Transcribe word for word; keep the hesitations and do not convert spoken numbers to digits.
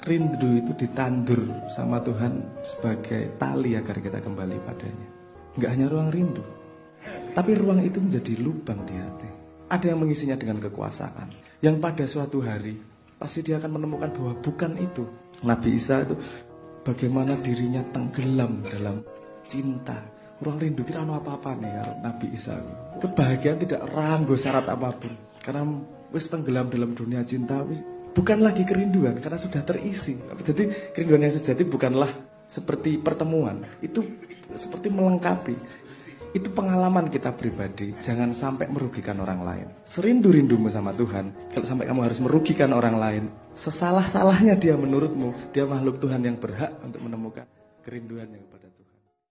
rindu itu ditandur sama Tuhan sebagai tali agar kita kembali padanya. Enggak hanya ruang rindu, tapi ruang itu menjadi lubang di hati. Ada yang mengisinya dengan kekuasaan, yang pada suatu hari pasti dia akan menemukan bahwa bukan itu. Nabi Isa itu bagaimana dirinya tenggelam dalam cinta. Ruang rindu kira ada apa-apa nih ya Nabi Isa. Kebahagiaan tidak ranggo syarat apapun, karena wis tenggelam dalam dunia cinta. Bukan lagi kerinduan karena sudah terisi. Jadi kerinduan yang sejati bukanlah seperti pertemuan, itu seperti melengkapi. Itu pengalaman kita pribadi. Jangan sampai merugikan orang lain. Serindu-rindumu sama Tuhan, kalau sampai kamu harus merugikan orang lain, sesalah-salahnya dia menurutmu, dia makhluk Tuhan yang berhak untuk menemukan kerinduannya kepada